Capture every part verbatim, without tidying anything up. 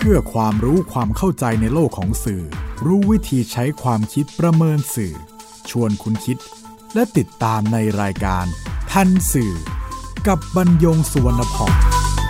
พื่อความรู้ความเข้าใจในโลกของสื่อรู้วิธีใช้ความคิดประเมินสื่อชวนคุณคิดและติดตามในรายการทันสื่อกับบรรยงสุวรรณพร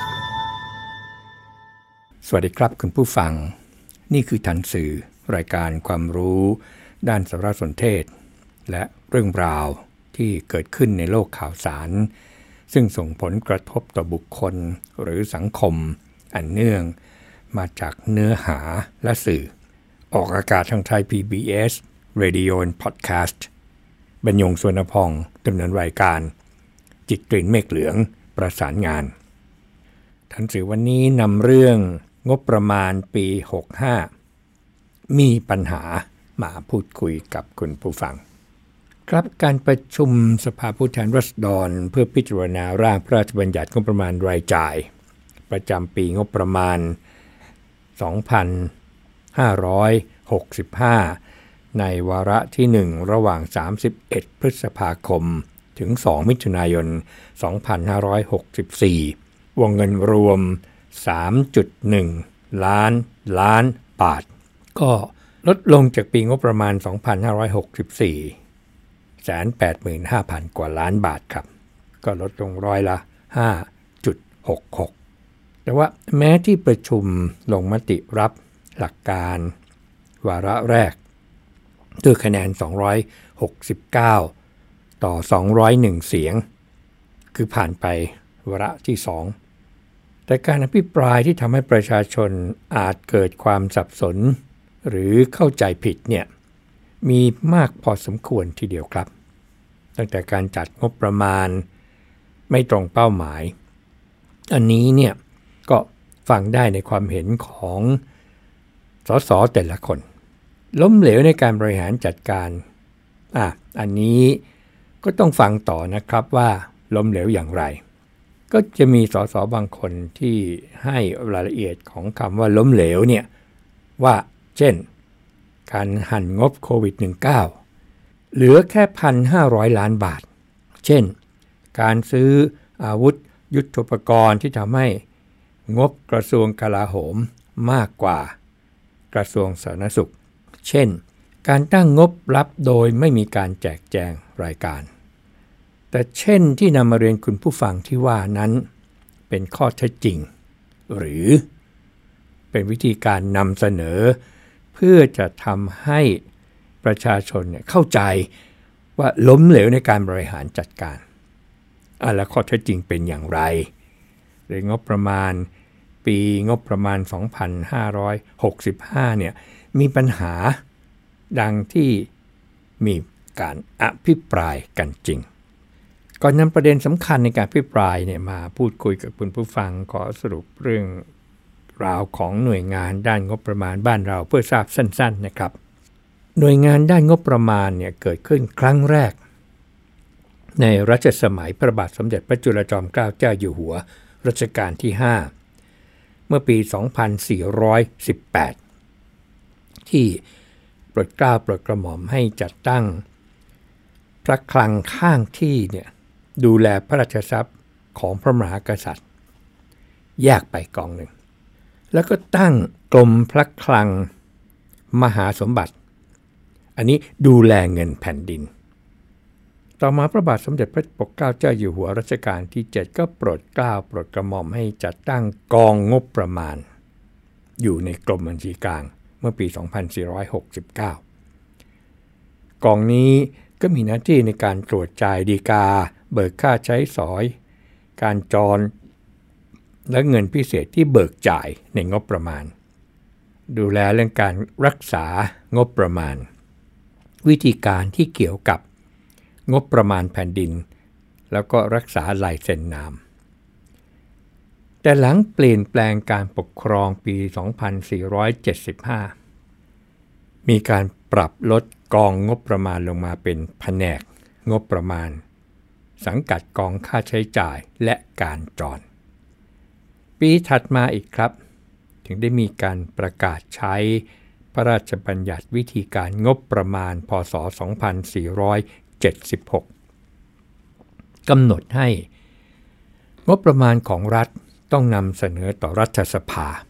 สวัสดีครับคุณผู้ฟังนี่คือทันสื่อรายการความรู้ด้านสารสนเทศและเรื่องราวที่เกิดขึ้นในโลกข่าวสารซึ่งส่งผลกระทบต่อบุคคลหรือสังคมอันเนื่องมาจากเนื้อหาและสื่อออกอากาศทางไทย พี บี เอส Radio and Podcast บรรยงสุวรรณพงศ์ดำเนินรายการจิตกลิ่นเมฆเหลืองประสานงานทันสื่อวันนี้นำเรื่องงบประมาณปีหกสิบห้ามีปัญหามาพูดคุยกับคุณผู้ฟังครับการประชุมสภาผู้แทนราษฎรเพื่อพิจารณาร่างพระราชบัญญัติงบประมาณรายจ่ายประจำปีงบประมาณสองพันห้าร้อยหกสิบห้าในวาระที่หนึ่งระหว่างสามสิบเอ็ดพฤษภาคมถึงสองมิถุนายนสองพันห้าร้อยหกสิบสี่วงเงินรวม สามจุดหนึ่ง ล้านล้านบาทก็ลดลงจากปีงบประมาณสองพันห้าร้อยหกสิบสี่ หนึ่งแสนแปดหมื่นห้าพัน กว่าล้านบาทครับก็ลดลงร้อยละ ห้าจุดหกหกแต่ว่าแม้ที่ประชุมลงมติรับหลักการวาระแรกด้วยคะแนนสองร้อยหกสิบเก้าต่อสองร้อยเอ็ดเสียงคือผ่านไปวาระที่สองแต่การอภิปรายที่ทำให้ประชาชนอาจเกิดความสับสนหรือเข้าใจผิดเนี่ยมีมากพอสมควรทีเดียวครับตั้งแต่การจัดงบประมาณไม่ตรงเป้าหมายอันนี้เนี่ยก็ฟังได้ในความเห็นของสสแต่ละคนล้มเหลวในการบริหารจัดการอ่ะอันนี้ก็ต้องฟังต่อนะครับว่าล้มเหลวอย่างไรก็จะมีสสบางคนที่ให้รายละเอียดของคำว่าล้มเหลวเนี่ยว่าเช่นการหั่นงบโควิด สิบเก้า เหลือแค่ หนึ่งพันห้าร้อย ล้านบาทเช่นการซื้ออาวุธยุทโธปกรณ์ที่ทำให้งบกระทรวงกลาโหมมากกว่ากระทรวงสาธารณสุขเช่นการตั้งงบรับโดยไม่มีการแจกแจงรายการแต่เช่นที่นำมาเรียนคุณผู้ฟังที่ว่านั้นเป็นข้อเท็จจริงหรือเป็นวิธีการนำเสนอเพื่อจะทำให้ประชาชนเนี่ยเข้าใจว่าล้มเหลวในการบริหารจัดการอ่ะแล้วข้อเท็จจริงเป็นอย่างไรหรืองบประมาณปีงบประมาณสองพันห้าร้อยหกสิบห้าเนี่ยมีปัญหาดังที่มีการอภิปรายกันจริงก่อนนำประเด็นสำคัญในการอภิปรายเนี่ยมาพูดคุยกับคุณผู้ฟังขอสรุปเรื่องราวของหน่วยงานด้านงบประมาณบ้านเราเพื่อทราบสั้นๆนะครับหน่วยงานด้านงบประมาณเนี่ยเกิดขึ้นครั้งแรกในรัชสมัยพระบาทสมเด็จพระจุลจอมเกล้าเจ้าอยู่หัวรัชกาลที่ห้าเมื่อปีสองพันสี่ร้อยสิบแปดที่โปรดเกล้าโปรดกระหม่อมให้จัดตั้งพระคลังข้างที่เนี่ยดูแลพระราชทรัพย์ของพระมหากษัตริย์แยกไปกองหนึ่งแล้วก็ตั้งกรมพระคลังมหาสมบัติอันนี้ดูแลเงินแผ่นดินต่อมาพระบาทสมเด็จพระปกเกล้าเจ้าอยู่หัวรัชกาลที่เจ็ดก็โปรดเกล้าโปรดกระหม่อมให้จัดตั้งกองงบประมาณอยู่ในกรมบัญชีกลางเมื่อปีสองพันสี่ร้อยหกสิบเก้ากองนี้ก็มีหน้าที่ในการตรวจจ่ายฎีกาเบิกค่าใช้สอยการจรและเงินพิเศษที่เบิกจ่ายในงบประมาณดูแลเรื่องการรักษางบประมาณวิธีการที่เกี่ยวกับงบประมาณแผ่นดินแล้วก็รักษาลายเซ็นนามแต่หลังเปลี่ยนแปลงการปกครองปีสองพันสี่ร้อยเจ็ดสิบห้ามีการปรับลดกองงบประมาณลงมาเป็นแผนกงบประมาณสังกัดกองค่าใช้จ่ายและการจรปีถัดมาอีกครับถึงได้มีการประกาศใช้พระราชบัญญัติวิธีการงบประมาณพ.ศ. สองพันสี่ร้อยเจ็ดสิบหกกำหนดให้งบประมาณของรัฐต้องนำเสนอต่อรัฐสภา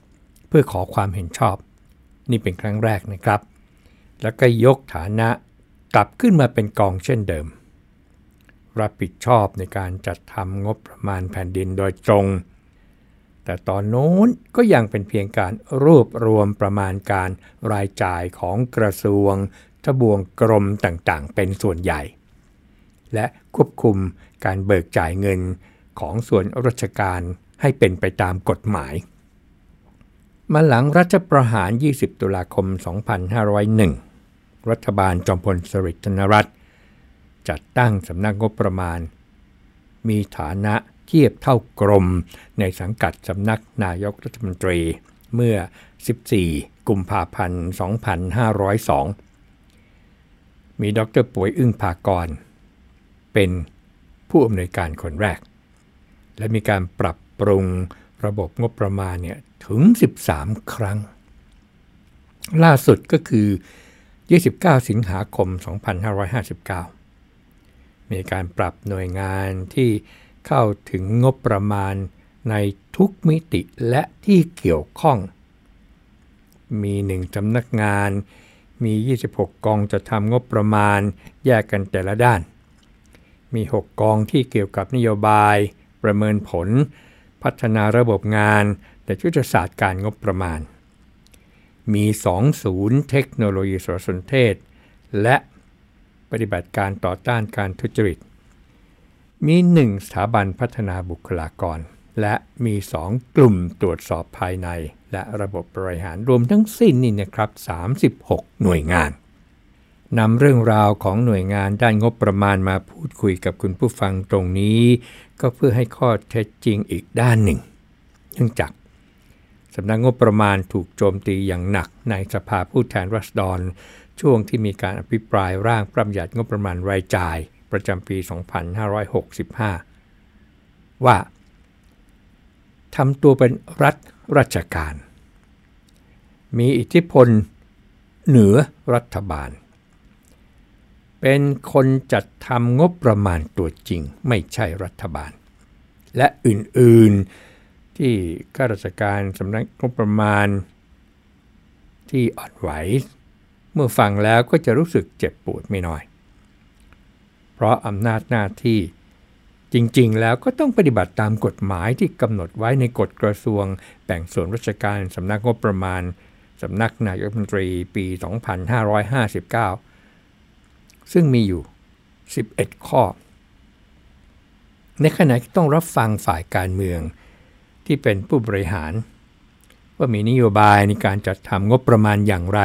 เพื่อขอความเห็นชอบนี่เป็นครั้งแรกนะครับแล้วก็ยกฐานะกลับขึ้นมาเป็นกองเช่นเดิมรับผิดชอบในการจัดทำงบประมาณแผ่นดินโดยตรงแต่ตอนโน้นก็ยังเป็นเพียงการรวบรวมประมาณการรายจ่ายของกระทรวงทบวงกรมต่างๆเป็นส่วนใหญ่และควบคุมการเบิกจ่ายเงินของส่วนราชการให้เป็นไปตามกฎหมายมาหลังรัฐประหารยี่สิบตุลาคมสองพันห้าร้อยเอ็ดรัฐบาลจอมพลสฤษดิ์ธนรัตน์จัดตั้งสำนักงบประมาณมีฐานะเทียบเท่ากรมในสังกัดสำนักนายกรัฐมนตรีเมื่อสิบสี่กุมภาพันธ์สองพันห้าร้อยสองมีดร.ป่วยอึ้งภากรเป็นผู้อำนวยการคนแรกและมีการปรับปรุงระบบงบประมาณเนี่ยถึงสิบสามครั้งล่าสุดก็คือยี่สิบเก้าสิงหาคมสองพันห้าร้อยห้าสิบเก้ามีการปรับหน่วยงานที่เข้าถึงงบประมาณในทุกมิติและที่เกี่ยวข้องมีหนึ่งสำนักงานมียี่สิบหกกองจัดทำงบประมาณแยกกันแต่ละด้านมีหกกองที่เกี่ยวกับนโยบายประเมินผลพัฒนาระบบงานและยุทธศาสตร์การงบประมาณมีสองศูนย์เทคโนโลยีสารสนเทศและปฏิบัติการต่อต้านการทุจริตมีหนึ่งสถาบันพัฒนาบุคลากรและมีสองกลุ่มตรวจสอบภายในและระบบบริหารรวมทั้งสิ้นนี่นะครับสามสิบหกหน่วยงานนำเรื่องราวของหน่วยงานด้านงบประมาณมาพูดคุยกับคุณผู้ฟังตรงนี้ก็เพื่อให้ข้อเท็จจริงอีกด้านหนึ่งเนื่องจากสำนักงบประมาณถูกโจมตีอย่างหนักในสภาผู้แทนราษฎรช่วงที่มีการอภิปรายร่างพระบัญญัติงบประมาณรายจ่ายประจำปีสองพันห้าร้อยหกสิบห้าว่าทำตัวเป็นรัฐราชการมีอิทธิพลเหนือรัฐบาลเป็นคนจัดทำงบประมาณตัวจริงไม่ใช่รัฐบาลและอื่นๆที่ข้าราชการสำนักงบประมาณที่อ่อนไหวเมื่อฟังแล้วก็จะรู้สึกเจ็บปวดไม่น้อยเพราะอำนาจหน้าที่จริงๆแล้วก็ต้องปฏิบัติตามกฎหมายที่กำหนดไว้ในกฎกระทรวงแบ่งส่วนราชการสำนักงบประมาณสำนักนายกรัฐมนตรีปีสองพันห้าร้อยห้าสิบเก้าซึ่งมีอยู่สิบเอ็ดข้อในขณะที่ต้องรับฟังฝ่ายการเมืองที่เป็นผู้บริหารว่ามีนโยบายในการจัดทำงบประมาณอย่างไร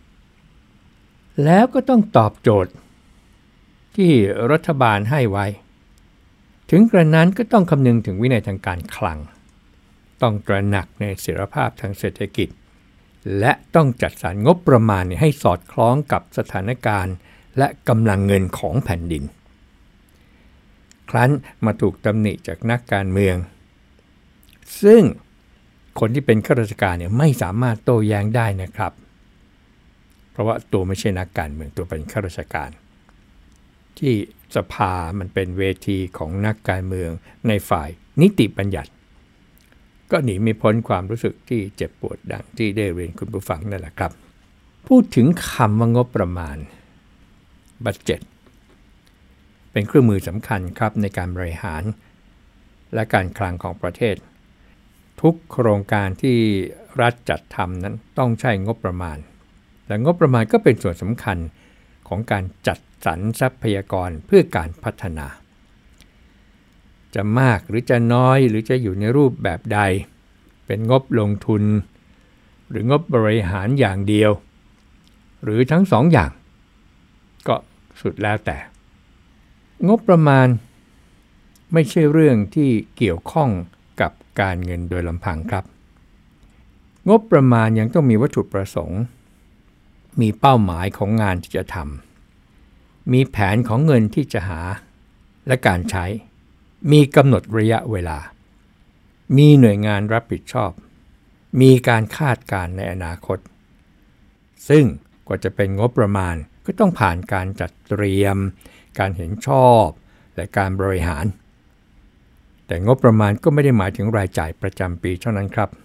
แล้วก็ต้องตอบโจทย์ที่รัฐบาลให้ไว้ถึงกระนั้นก็ต้องคำนึงถึงวินัยทางการคลังต้องตระหนักในเสถียรภาพทางเศรษฐกิจและต้องจัดสรรงบประมาณให้สอดคล้องกับสถานการณ์และกำลังเงินของแผ่นดินครั้นมาถูกตำหนิจากนักการเมืองซึ่งคนที่เป็นข้าราชการเนี่ยไม่สามารถโต้แย้งได้นะครับเพราะว่าตัวไม่ใช่นักการเมืองตัวเป็นข้าราชการที่สภามันเป็นเวทีของนักการเมืองในฝ่ายนิติบัญญัติก็หนีไม่พ้นความรู้สึกที่เจ็บปวดดังที่ได้เรียนคุณผู้ฟังนั่นแหละครับพูดถึงคำว่างบประมาณบัดเจ็ตเป็นเครื่องมือสำคัญครับในการบริหารและการคลังของประเทศทุกโครงการที่รัฐจัดทำนั้นต้องใช้งบประมาณและงบประมาณก็เป็นส่วนสำคัญของการจัดสรรทรัพยากรเพื่อการพัฒนาจะมากหรือจะน้อยหรือจะอยู่ในรูปแบบใดเป็นงบลงทุนหรืองบบริหารอย่างเดียวหรือทั้งสองอย่างก็สุดแล้วแต่งบประมาณไม่ใช่เรื่องที่เกี่ยวข้องกับการเงินโดยลำพังครับงบประมาณยังต้องมีวัตถุประสงค์มีเป้าหมายของงานที่จะทำมีแผนของเงินที่จะหาและการใช้มีกำหนดระยะเวลามีหน่วยงานรับผิดชอบมีการคาดการณ์ในอนาคตซึ่งกว่าจะเป็นงบประมาณก็ต้องผ่านการจัดเตรียมการเห็นชอบและการบริหารแต่งบประมาณก็ไม่ได้หมายถึงรายจ่ายประจำปีเท่านั้นครับ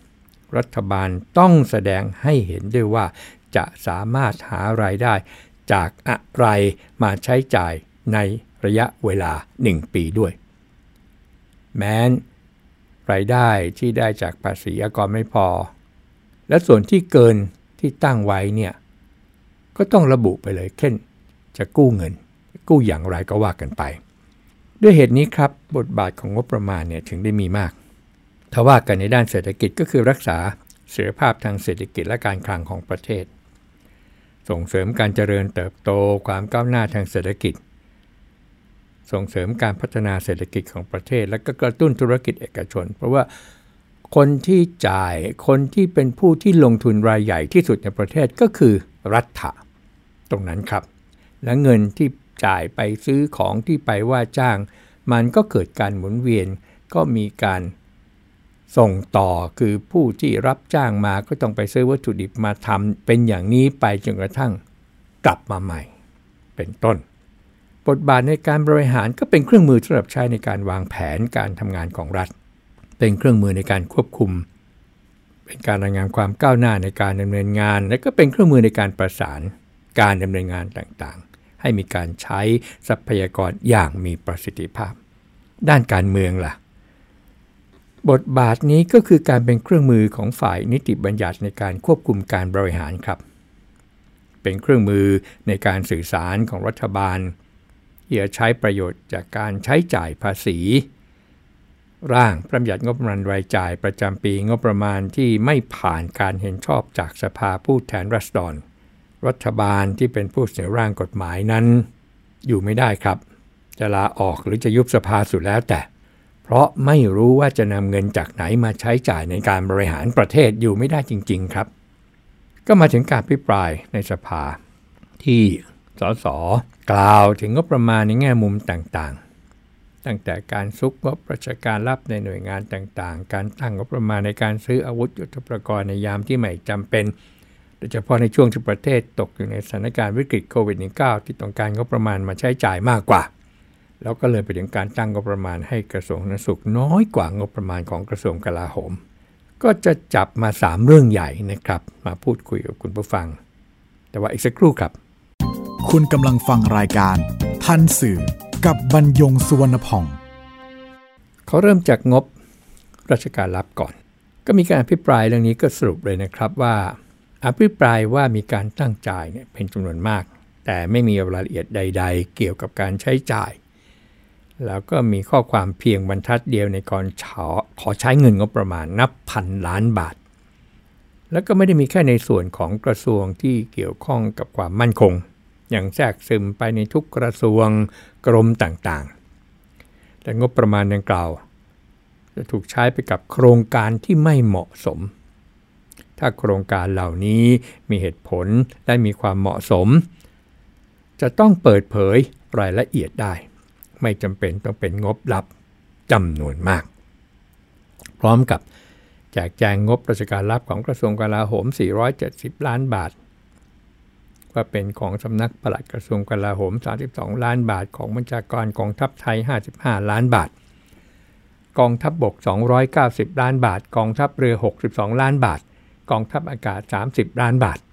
รัฐบาลต้องแสดงให้เห็นด้วยว่าจะสามารถหารายได้จากอะไรมาใช้จ่ายในระยะเวลาหนึ่งปีด้วยแม้นรายได้ที่ได้จากภาษีอากรไม่พอและส่วนที่เกินที่ตั้งไว้เนี่ยก็ต้องระบุไปเลยเช่นจะกู้เงินกู้อย่างไรก็ว่ากันไปด้วยเหตุนี้ครับบทบาทของงบประมาณเนี่ยถึงได้มีมากถ้าว่ากันในด้านเศรษฐกิจก็คือรักษาเสถียรภาพทางเศรษฐกิจและการคลังของประเทศส่งเสริมการเจริญเติบโตความก้าวหน้าทางเศรษฐกิจส่งเสริมการพัฒนาเศรษฐกิจของประเทศและก็กระตุ้นธุรกิจเอกชนเพราะว่าคนที่จ่ายคนที่เป็นผู้ที่ลงทุนรายใหญ่ที่สุดในประเทศก็คือรัฐะตรงนั้นครับและเงินที่จ่ายไปซื้อของที่ไปว่าจ้างมันก็เกิดการหมุนเวียนก็มีการส่งต่อคือผู้ที่รับจ้างมาก็ต้องไปซื้อวัตถุดิบมาทำเป็นอย่างนี้ไปจนกระทั่งกลับมาใหม่เป็นต้นบทบาทในการบริหารก็เป็นเครื่องมือสำหรับใช้ในการวางแผนการทำงานของรัฐเป็นเครื่องมือในการควบคุมเป็นการรายงานความก้าวหน้าในการดำเนินงานและก็เป็นเครื่องมือในการประสานการดำเนินงานต่างๆให้มีการใช้ทรัพยากรอย่างมีประสิทธิภาพด้านการเมืองล่ะบทบาทนี้ก็คือการเป็นเครื่องมือของฝ่ายนิติบัญญัติในการควบคุมการบริหารครับเป็นเครื่องมือในการสื่อสารของรัฐบาลที่จะใช้ประโยชน์จากการใช้จ่ายภาษีร่างพระราชบัญญัติงบประมาณรายจ่ายประจำปีงบประมาณที่ไม่ผ่านการเห็นชอบจากสภาผู้แทนราษฎรรัฐบาลที่เป็นผู้เสนอร่างกฎหมายนั้นอยู่ไม่ได้ครับจะลาออกหรือจะยุบสภาสุดแล้วแต่เพราะไม่รู้ว่าจะนำเงินจากไหนมาใช้จ่ายในการบริหารประเทศอยู่ไม่ได้จริงๆครับก็มาถึงการอภิปรายในสภาที่สสกล่าวถึงงบประมาณในแง่มุมต่างๆตั้งแต่การซุกงบราชการลับในหน่วยงานต่างๆการตั้งงบประมาณในการซื้ออาวุธยุทโธปกรณ์ในยามที่ไม่จำเป็นโดยเฉพาะในช่วงที่ประเทศตกอยู่ในสถานการณ์วิกฤตโควิด สิบเก้า ที่ต้องการงบประมาณมาใช้จ่ายมากกว่าแล้วก็เลยไปถึงการตั้งงบประมาณให้กระทรวงสาธารณสุขน้อยกว่างบประมาณของกระทรวงกลาโหมก็จะจับมาสามเรื่องใหญ่นะครับมาพูดคุยกับคุณผู้ฟังแต่ว่าอีกสักครู่ครับคุณกำลังฟังรายการทันสื่อกับบรรยงสุวรรณพองเขาเริ่มจากงบราชการลับก่อนก็มีการอภิปรายเรื่องนี้ก็สรุปเลยนะครับว่าอภิปรายว่ามีการตั้งจ่ายเนี่ยเป็นจำนวนมากแต่ไม่มีรายละเอียดใดๆเกี่ยวกับการใช้จ่ายแล้วก็มีข้อความเพียงบรรทัดเดียวในการขอใช้เงินงบประมาณนับพันล้านบาทแล้วก็ไม่ได้มีแค่ในส่วนของกระทรวงที่เกี่ยวข้องกับความมั่นคงอย่างแทรกซึมไปในทุกกระทรวงกรมต่างๆแต่งบประมาณดังกล่าวจะถูกใช้ไปกับโครงการที่ไม่เหมาะสมถ้าโครงการเหล่านี้มีเหตุผลและมีความเหมาะสมจะต้องเปิดเผยรายละเอียดได้ไม่จำเป็นต้องเป็นงบลับจำนวนมากพร้อมกับแจกแจงงบราชการลับของกระทรวงกลาโหมสี่ร้อยเจ็ดสิบล้านบาทว่าเป็นของสำนักปลัดกระทรวงกลาโหมสามสิบสองล้านบาทของบัญชาการกองทัพไทยห้าสิบห้าล้านบาทกองทัพบกสองร้อยเก้าสิบล้านบาทกองทัพเรือหกสิบสองล้านบาทกองทัพอากาศสามสิบล้านบาท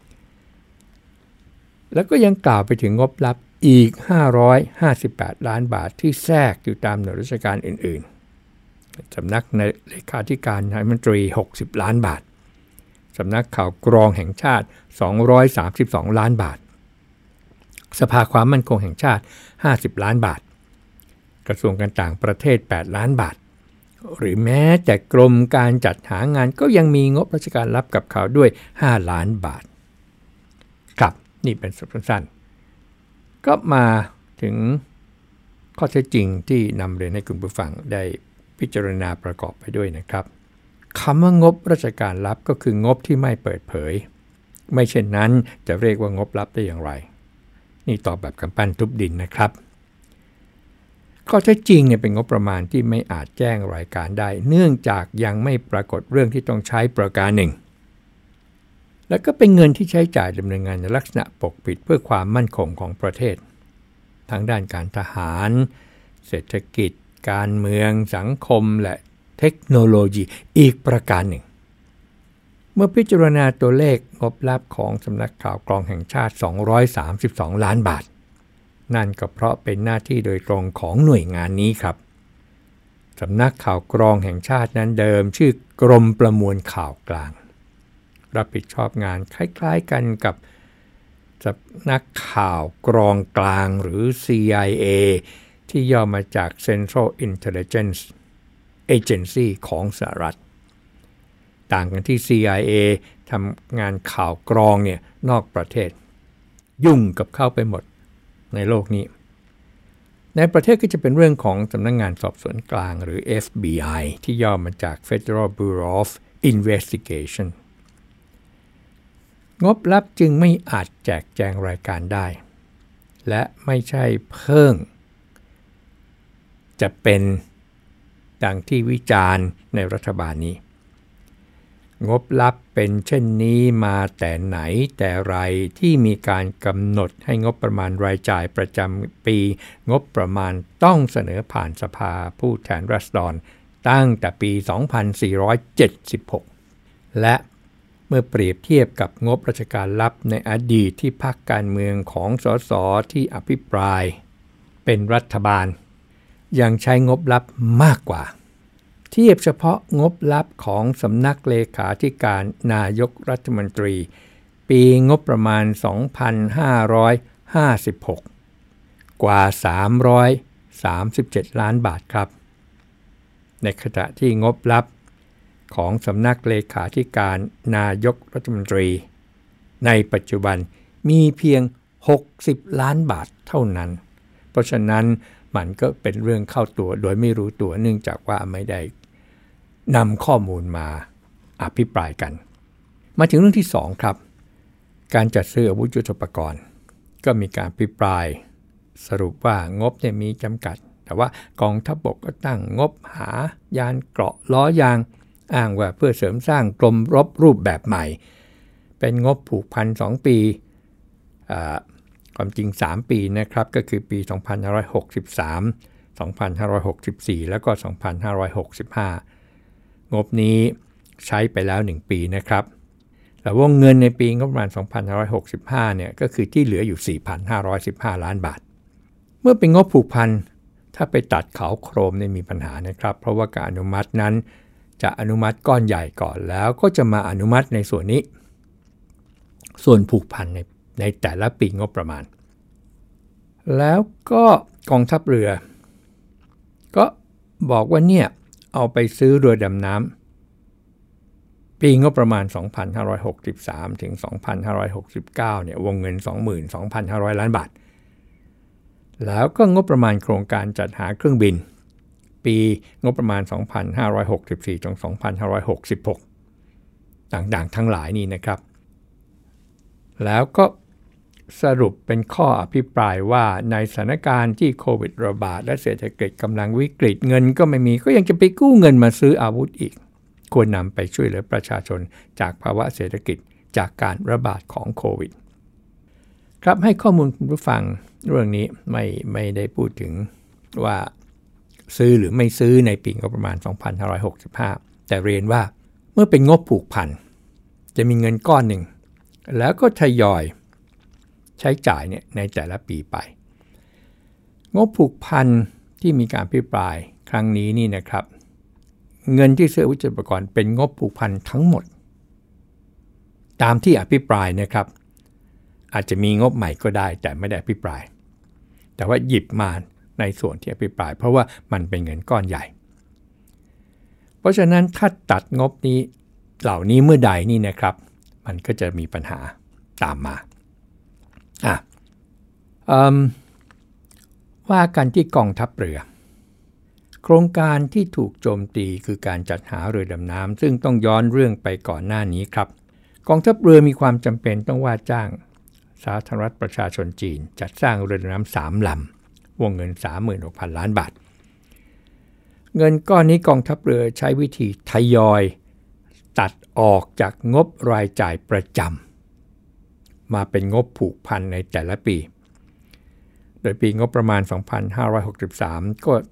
แล้วก็ยังกล่าวไปถึงงบลับอีกห้าร้อยห้าสิบแปดล้านบาทที่แทรกอยู่ตามหน่วยราชการอื่นๆสำนักในเลขาธิการนายกรัฐมนตรีหกสิบล้านบาทสำนักข่าวกรองแห่งชาติสองร้อยสามสิบสองล้านบาทสภาความมั่นคงแห่งชาติห้าสิบล้านบาทกระทรวงการต่างประเทศแปดล้านบาทหรือแม้แต่กรมการจัดหางานก็ยังมีงบราชการลับกับเขาด้วยห้าล้านบาทครับนี่เป็นสรุปสั้นๆก็มาถึงข้อเท็จจริงที่นำเรียนให้คุณผู้ฟังได้พิจารณาประกอบไปด้วยนะครับคำว่างบราชการลับก็คืองบที่ไม่เปิดเผยไม่เช่นนั้นจะเรียกว่างบลับได้อย่างไรนี่ตอบแบบกำปั้นทุบดินนะครับข้อเท็จจริงเนี่ยเป็นงบประมาณที่ไม่อาจแจ้งรายการได้เนื่องจากยังไม่ปรากฏเรื่องที่ต้องใช้ประการหนึ่งแล้วก็เป็นเงินที่ใช้จ่ายดำเนินงานในลักษณะปกปิดเพื่อความมั่นคงของประเทศทั้งด้านการทหารเศรษฐกิจการเมืองสังคมและเทคโนโลยีอีกประการหนึ่งเมื่อพิจารณาตัวเลขงบลับของสำนักข่าวกรองแห่งชาติสองร้อยสามสิบสองล้านบาทนั่นก็เพราะเป็นหน้าที่โดยตรงของหน่วยงานนี้ครับสำนักข่าวกรองแห่งชาตินั้นเดิมชื่อกรมประมวลข่าวกลางรับผิดชอบงานคล้ายๆกันกับสำนักข่าวกรองกลางหรือ ซี ไอ เอ ที่ย่อมาจาก Central Intelligence Agency ของสหรัฐต่างกันที่ ซี ไอ เอ ทำงานข่าวกรองเนี่ยนอกประเทศยุ่งกับเข้าไปหมดในโลกนี้ในประเทศก็จะเป็นเรื่องของสำนักงานสอบสวนกลางหรือ เอฟ บี ไอ ที่ย่อมาจาก Federal Bureau of Investigation งบลับจึงไม่อาจแจกแจงรายการได้และไม่ใช่เพิ่งจะเป็นดังที่วิจารณ์ในรัฐบาลนี้งบลับเป็นเช่นนี้มาแต่ไหนแต่ไรที่มีการกำหนดให้งบประมาณรายจ่ายประจำปีงบประมาณต้องเสนอผ่านสภาผู้แทนราษฎรตั้งแต่ปี สองพันสี่ร้อยเจ็ดสิบหก และเมื่อเปรียบเทียบกับงบราชการลับในอดีตที่พรรคการเมืองของสสที่อภิปรายเป็นรัฐบาลยังใช้งบลับมากกว่าเทียบเฉพาะงบลับของสำนักเลขาธิการนายกรัฐมนตรีปีงบประมาณ สองพันห้าร้อยห้าสิบหก กว่า สามร้อยสามสิบเจ็ด ล้านบาทครับในขณะที่งบลับของสำนักเลขาธิการนายกรัฐมนตรีในปัจจุบันมีเพียงหกสิบล้านบาทเท่านั้นเพราะฉะนั้นมันก็เป็นเรื่องเข้าตัวโดยไม่รู้ตัวเนื่องจากว่าไม่ได้นำข้อมูลมาอภิปรายกันมาถึงเรื่องที่สองครับการจัดซื้ออาวุธยุทโธปกรณ์ก็มีการอภิปรายสรุปว่างบเนี่ยมีจำกัดแต่ว่ากองทัพบกก็ตั้งงบหายานเกราะล้อยางอ้างว่าเพื่อเสริมสร้างกรมรบรูปแบบใหม่เป็นงบผูกพันสองปีความจริงสามปีนะครับก็คือปี สองพันห้าร้อยหกสิบสาม สองพันห้าร้อยหกสิบสี่ แล้วก็ สองพันห้าร้อยหกสิบห้างบนี้ใช้ไปแล้วหนึ่งปีนะครับแต่วงเงินในปีงบประมาณ สองพันห้าร้อยหกสิบห้าเนี่ยก็คือที่เหลืออยู่ สี่พันห้าร้อยสิบห้า ล้านบาทเมื่อเป็นงบผูกพันถ้าไปตัดเขาโครมเนี่ยมีปัญหานะครับเพราะว่าการอนุมัตินั้นจะอนุมัติก้อนใหญ่ก่อนแล้วก็จะมาอนุมัติในส่วนนี้ส่วนผูกพันในในแต่ละปีงบประมาณแล้วก็กองทัพเรือก็บอกว่าเนี่ยเอาไปซื้อเรือดำน้ำปีงบประมาณ สองพันห้าร้อยหกสิบสาม ถึง สองพันห้าร้อยหกสิบเก้า เนี่ยวงเงิน สองหมื่นสองพันห้าร้อย ล้านบาทแล้วก็งบประมาณโครงการจัดหาเครื่องบินปีงบประมาณ สองพันห้าร้อยหกสิบสี่ ถึง สองพันห้าร้อยหกสิบหก ต่างๆทั้งหลายนี่นะครับแล้วก็สรุปเป็นข้ออภิปรายว่าในสถานการณ์ที่โควิดระบาดและเศรษฐกิจกำลังวิกฤตเงินก็ไม่มีก็ยังจะไปกู้เงินมาซื้ออาวุธอีกควรนำไปช่วยเหลือประชาชนจากภาวะเศรษฐกิจจากการระบาดของโควิดครับให้ข้อมูลคุณผู้ฟังเรื่องนี้ไม่ไม่ได้พูดถึงว่าซื้อหรือไม่ซื้อในปีงบประมาณ สองพันห้าร้อยหกสิบห้า แต่เรียนว่าเมื่อเป็นงบผูกพันจะมีเงินก้อนหนึ่งแล้วก็ทยอยใช้จ่ายเนี่ยในแต่ละปีไปงบผูกพันที่มีการอภิปรายครั้งนี้นี่นะครับเงินที่ซื้ออาวุธยุทโธปกรณ์เป็นงบผูกพันทั้งหมดตามที่อภิปรายนะครับอาจจะมีงบใหม่ก็ได้แต่ไม่ได้อภิปรายแต่ว่าหยิบมาในส่วนที่อภิปรายเพราะว่ามันเป็นเงินก้อนใหญ่เพราะฉะนั้นถ้าตัดงบนี้เหล่านี้เมื่อใดนี่นะครับมันก็จะมีปัญหาตามมาอ่ะว่ากันที่กองทัพเรือโครงการที่ถูกโจมตีคือการจัดหาเรือดำน้ำซึ่งต้องย้อนเรื่องไปก่อนหน้านี้ครับกองทัพเรือมีความจำเป็นต้องว่าจ้างสาธารณรัฐประชาชนจีนจัดสร้างเรือดำน้ำสามลำวงเงิน สามหมื่นหกพัน ล้านบาทเงินก้อนนี้กองทัพเรือใช้วิธีทยอยตัดออกจากงบรายจ่ายประจำมาเป็นงบผูกพันในแต่ละปีโดยปีงบประมาณ สองพันห้าร้อยหกสิบสาม ก็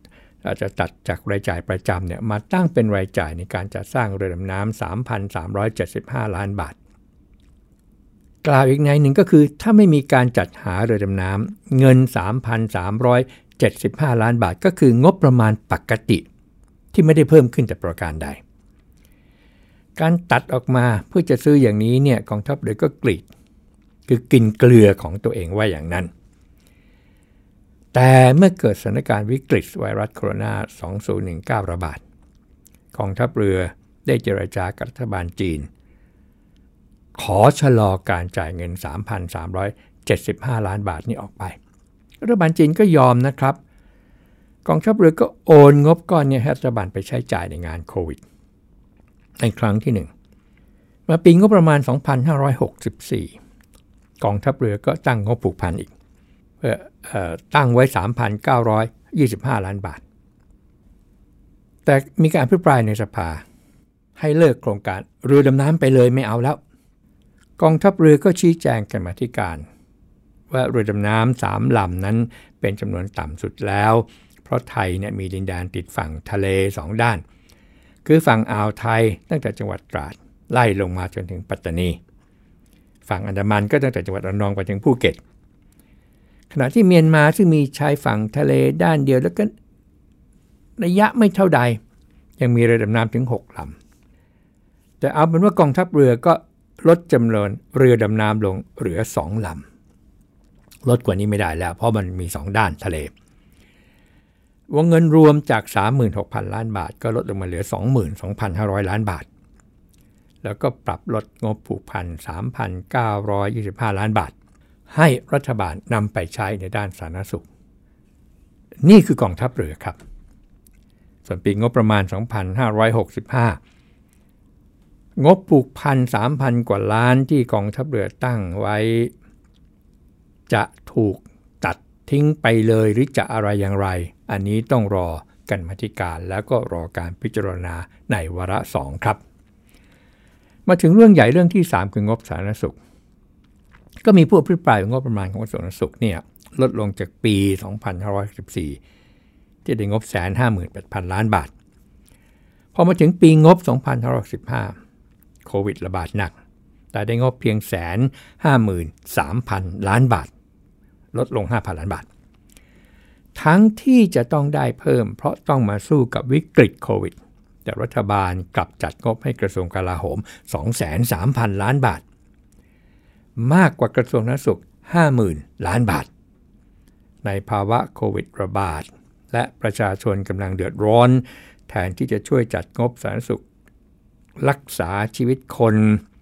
อาจจะตัดจากรายจ่ายประจำเนี่ยมาตั้งเป็นรายจ่ายในการจัดสร้างเรือดำน้ำ สามพันสามร้อยเจ็ดสิบห้า ล้านบาทกล่าวอีกในหนึ่งก็คือถ้าไม่มีการจัดหาเรือดำน้ำเงิน สามพันสามร้อยเจ็ดสิบห้า ล้านบาทก็คืองบประมาณปกติที่ไม่ได้เพิ่มขึ้นแต่ประการใดการตัดออกมาเพื่อจะซื้ออย่างนี้เนี่ยกองทัพเรือก็กรีดคือกินเกลือของตัวเองว่าอย่างนั้นแต่เมื่อเกิดสถานการณ์วิกฤตไวรัสโคโรนา สองพันสิบเก้า ระบาดกองทัพเรือได้เจรจากับรัฐบาลจีนขอชะลอการจ่ายเงิน สามพันสามร้อยเจ็ดสิบห้า ล้านบาทนี้ออกไปรัฐบาลจีนก็ยอมนะครับกองทัพเรือก็โอนงบก้อนนี้ให้รัฐบาลไปใช้จ่ายในงานโควิดในครั้งที่หนึ่งมาปีงบประมาณ สองพันห้าร้อยหกสิบสี่ กองทัพเรือก็ตั้งงบผูกพันอีกเพื่อเอ่อตั้งไว้ สามพันเก้าร้อยยี่สิบห้า ล้านบาทแต่มีการอภิปรายในสภาให้เลิกโครงการเรือดำน้ำไปเลยไม่เอาแล้วกองทัพเรือก็ชี้แจงกรรมาธิการว่าเรือดำน้ำสามลำนั้นเป็นจำนวนต่ำสุดแล้วเพราะไทยเนี่ยมีดินแดนติดฝั่งทะเลสองด้านคือฝั่งอ่าวไทยตั้งแต่จังหวัดตราดไล่ลงมาจนถึงปัตตานีฝั่งอันดามันก็ตั้งแต่จังหวัดระนองไปถึงภูเก็ตขณะที่เมียนมาซึ่งมีชายฝั่งทะเลด้านเดียวแล้วก็ระยะไม่เท่าใดยังมีเรือดำน้ำถึงหกลำแต่เอาเป็นว่ากองทัพเรือก็ลดจำนวนเรือดำน้ำลงเหลือสองลำลดกว่านี้ไม่ได้แล้วเพราะมันมีสองด้านทะเลวงเงินรวมจาก สามหมื่นหกพัน ล้านบาทก็ลดลงมาเหลือ สองหมื่นสองพันห้าร้อย ล้านบาทแล้วก็ปรับลดงบผูกพัน สามพันเก้าร้อยยี่สิบห้า ล้านบาทให้รัฐบาลนำไปใช้ในด้านสาธารณสุขนี่คือกองทัพเรือครับส่วนปีงบประมาณ สองพันห้าร้อยหกสิบห้า งบผูกพัน สามพัน กว่าล้านที่กองทัพเรือตั้งไว้จะถูกตัดทิ้งไปเลยหรือจะอะไรอย่างไรอันนี้ต้องรอกันกรรมาธิการแล้วก็รอการพิจารณาในวาระสองครับมาถึงเรื่องใหญ่เรื่องที่สามคืองบสาธารณสุขก็มีผู้อภิปรายงบประมาณของกระทรวงสาธารณสุขเนี่ยลดลงจากปี สองพันห้าร้อยสิบสี่ ที่ได้งบ หนึ่งแสนห้าหมื่นแปดพัน ล้านบาทพอมาถึงปีงบ สองพันห้าร้อยสิบห้า โควิดระบาดหนักแต่ได้งบเพียง หนึ่งแสนห้าหมื่นสามพัน ล้านบาทลดลง ห้าพัน ล้านบาททั้งที่จะต้องได้เพิ่มเพราะต้องมาสู้กับวิกฤตโควิดแต่รัฐบาลกลับจัดงบให้กระทรวงกลาโหม สองแสนสามพัน ล้านบาทมากกว่ากระทรวงสาธารณสุข ห้าหมื่น ล้านบาทในภาวะโควิดระบาดและประชาชนกำลังเดือดร้อนแทนที่จะช่วยจัดงบสาธารณสุขรักษาชีวิตคน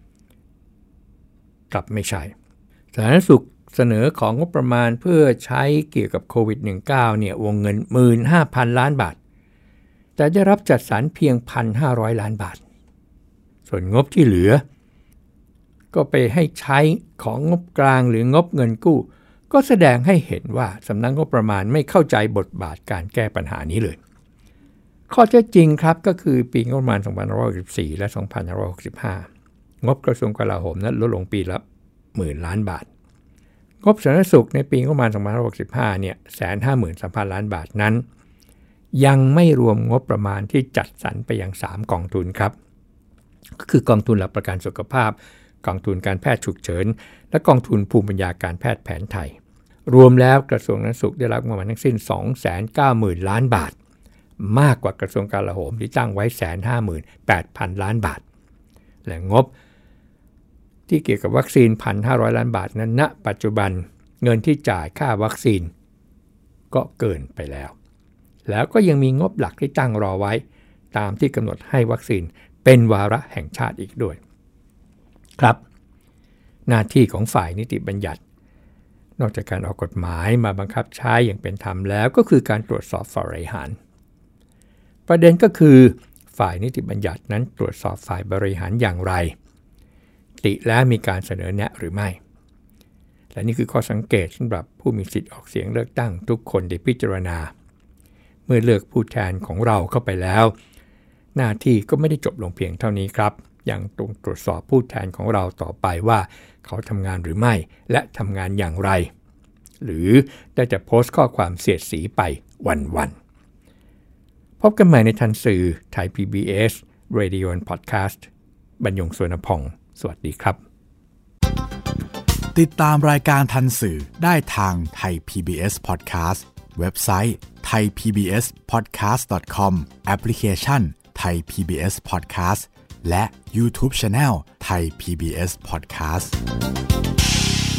กลับไม่ใช่สาธารณสุขเสนอของงบประมาณเพื่อใช้เกี่ยวกับโควิด สิบเก้า เนี่ยวงเงิน หนึ่งหมื่นห้าพัน ล้านบาทแต่ได้รับจัดสรรเพียง หนึ่งพันห้าร้อย ล้านบาทส่วนงบที่เหลือก็ไปให้ใช้ของงบกลางหรืองบเงินกู้ก็แสดงให้เห็นว่าสำนักงบประมาณไม่เข้าใจบทบาทการแก้ปัญหานี้เลยข้อเท็จจริงครับก็คือปีงบประมาณ สองพันห้าร้อยหกสิบสี่ และ สองพันห้าร้อยหกสิบห้า งบกระทรวงกลาโหมนั้นลดลงปีละหมื่นล้านบาทงบสาธารณสุขในปีงบประมาณ สองพันห้าร้อยหกสิบห้า เนี่ย หนึ่งแสนห้าหมื่นสามพัน ล้านบาทนั้นยังไม่รวมงบประมาณที่จัดสรรไปยังสามกองทุนครับก็คือกองทุนหลักประกันสุขภาพกองทุนการแพทย์ฉุกเฉินและกองทุนภูมิปัญญาการแพทย์แผนไทยรวมแล้วกระทรวงสาธารณสุขได้รับงบประมาณทั้งสิ้น สองแสนเก้าหมื่น ล้านบาทมากกว่ากระทรวงกลาโหมที่ตั้งไว้ หนึ่งแสนห้าหมื่นแปดพัน ล้านบาทและงบที่เกี่ยวกับวัคซีน หนึ่งพันห้าร้อย ล้านบาทนั้นณปัจจุบันเงินที่จ่ายค่าวัคซีนก็เกินไปแล้วแล้วก็ยังมีงบหลักที่ตั้งรอไว้ตามที่กำหนดให้วัคซีนเป็นวาระแห่งชาติอีกด้วยครับหน้าที่ของฝ่ายนิติบัญญัตินอกจากการออกกฎหมายมาบังคับใช้อย่างเป็นธรรมแล้วก็คือการตรวจสอบฝ่ายบริหารประเด็นก็คือฝ่ายนิติบัญญัตินั้นตรวจสอบฝ่ายบริหารอย่างไรติแล้วมีการเสนอแนะหรือไม่และนี่คือข้อสังเกตสำหรับผู้มีสิทธิ์ออกเสียงเลือกตั้งทุกคนได้พิจารณาเมื่อเลือกผู้แทนของเราเข้าไปแล้วหน้าที่ก็ไม่ได้จบลงเพียงเท่านี้ครับยังต้องตรวจสอบผู้แทนของเราต่อไปว่าเขาทำงานหรือไม่และทำงานอย่างไรหรือได้จะโพสต์ข้อความเสียดสีไปวันพบกันใหม่ในทันสื่อไทย พี บี เอส Radio and Podcast บรรยงสวนพงศ์สวัสดีครับติดตามรายการทันสื่อได้ทางไทย พี บี เอส Podcast เว็บไซต์ ไทย พี บี เอส พอดแคสต์ ดอท คอม แอปพลิเคชัน Thai พี บี เอส Podcast และ YouTube Channel Thai พี บี เอส Podcast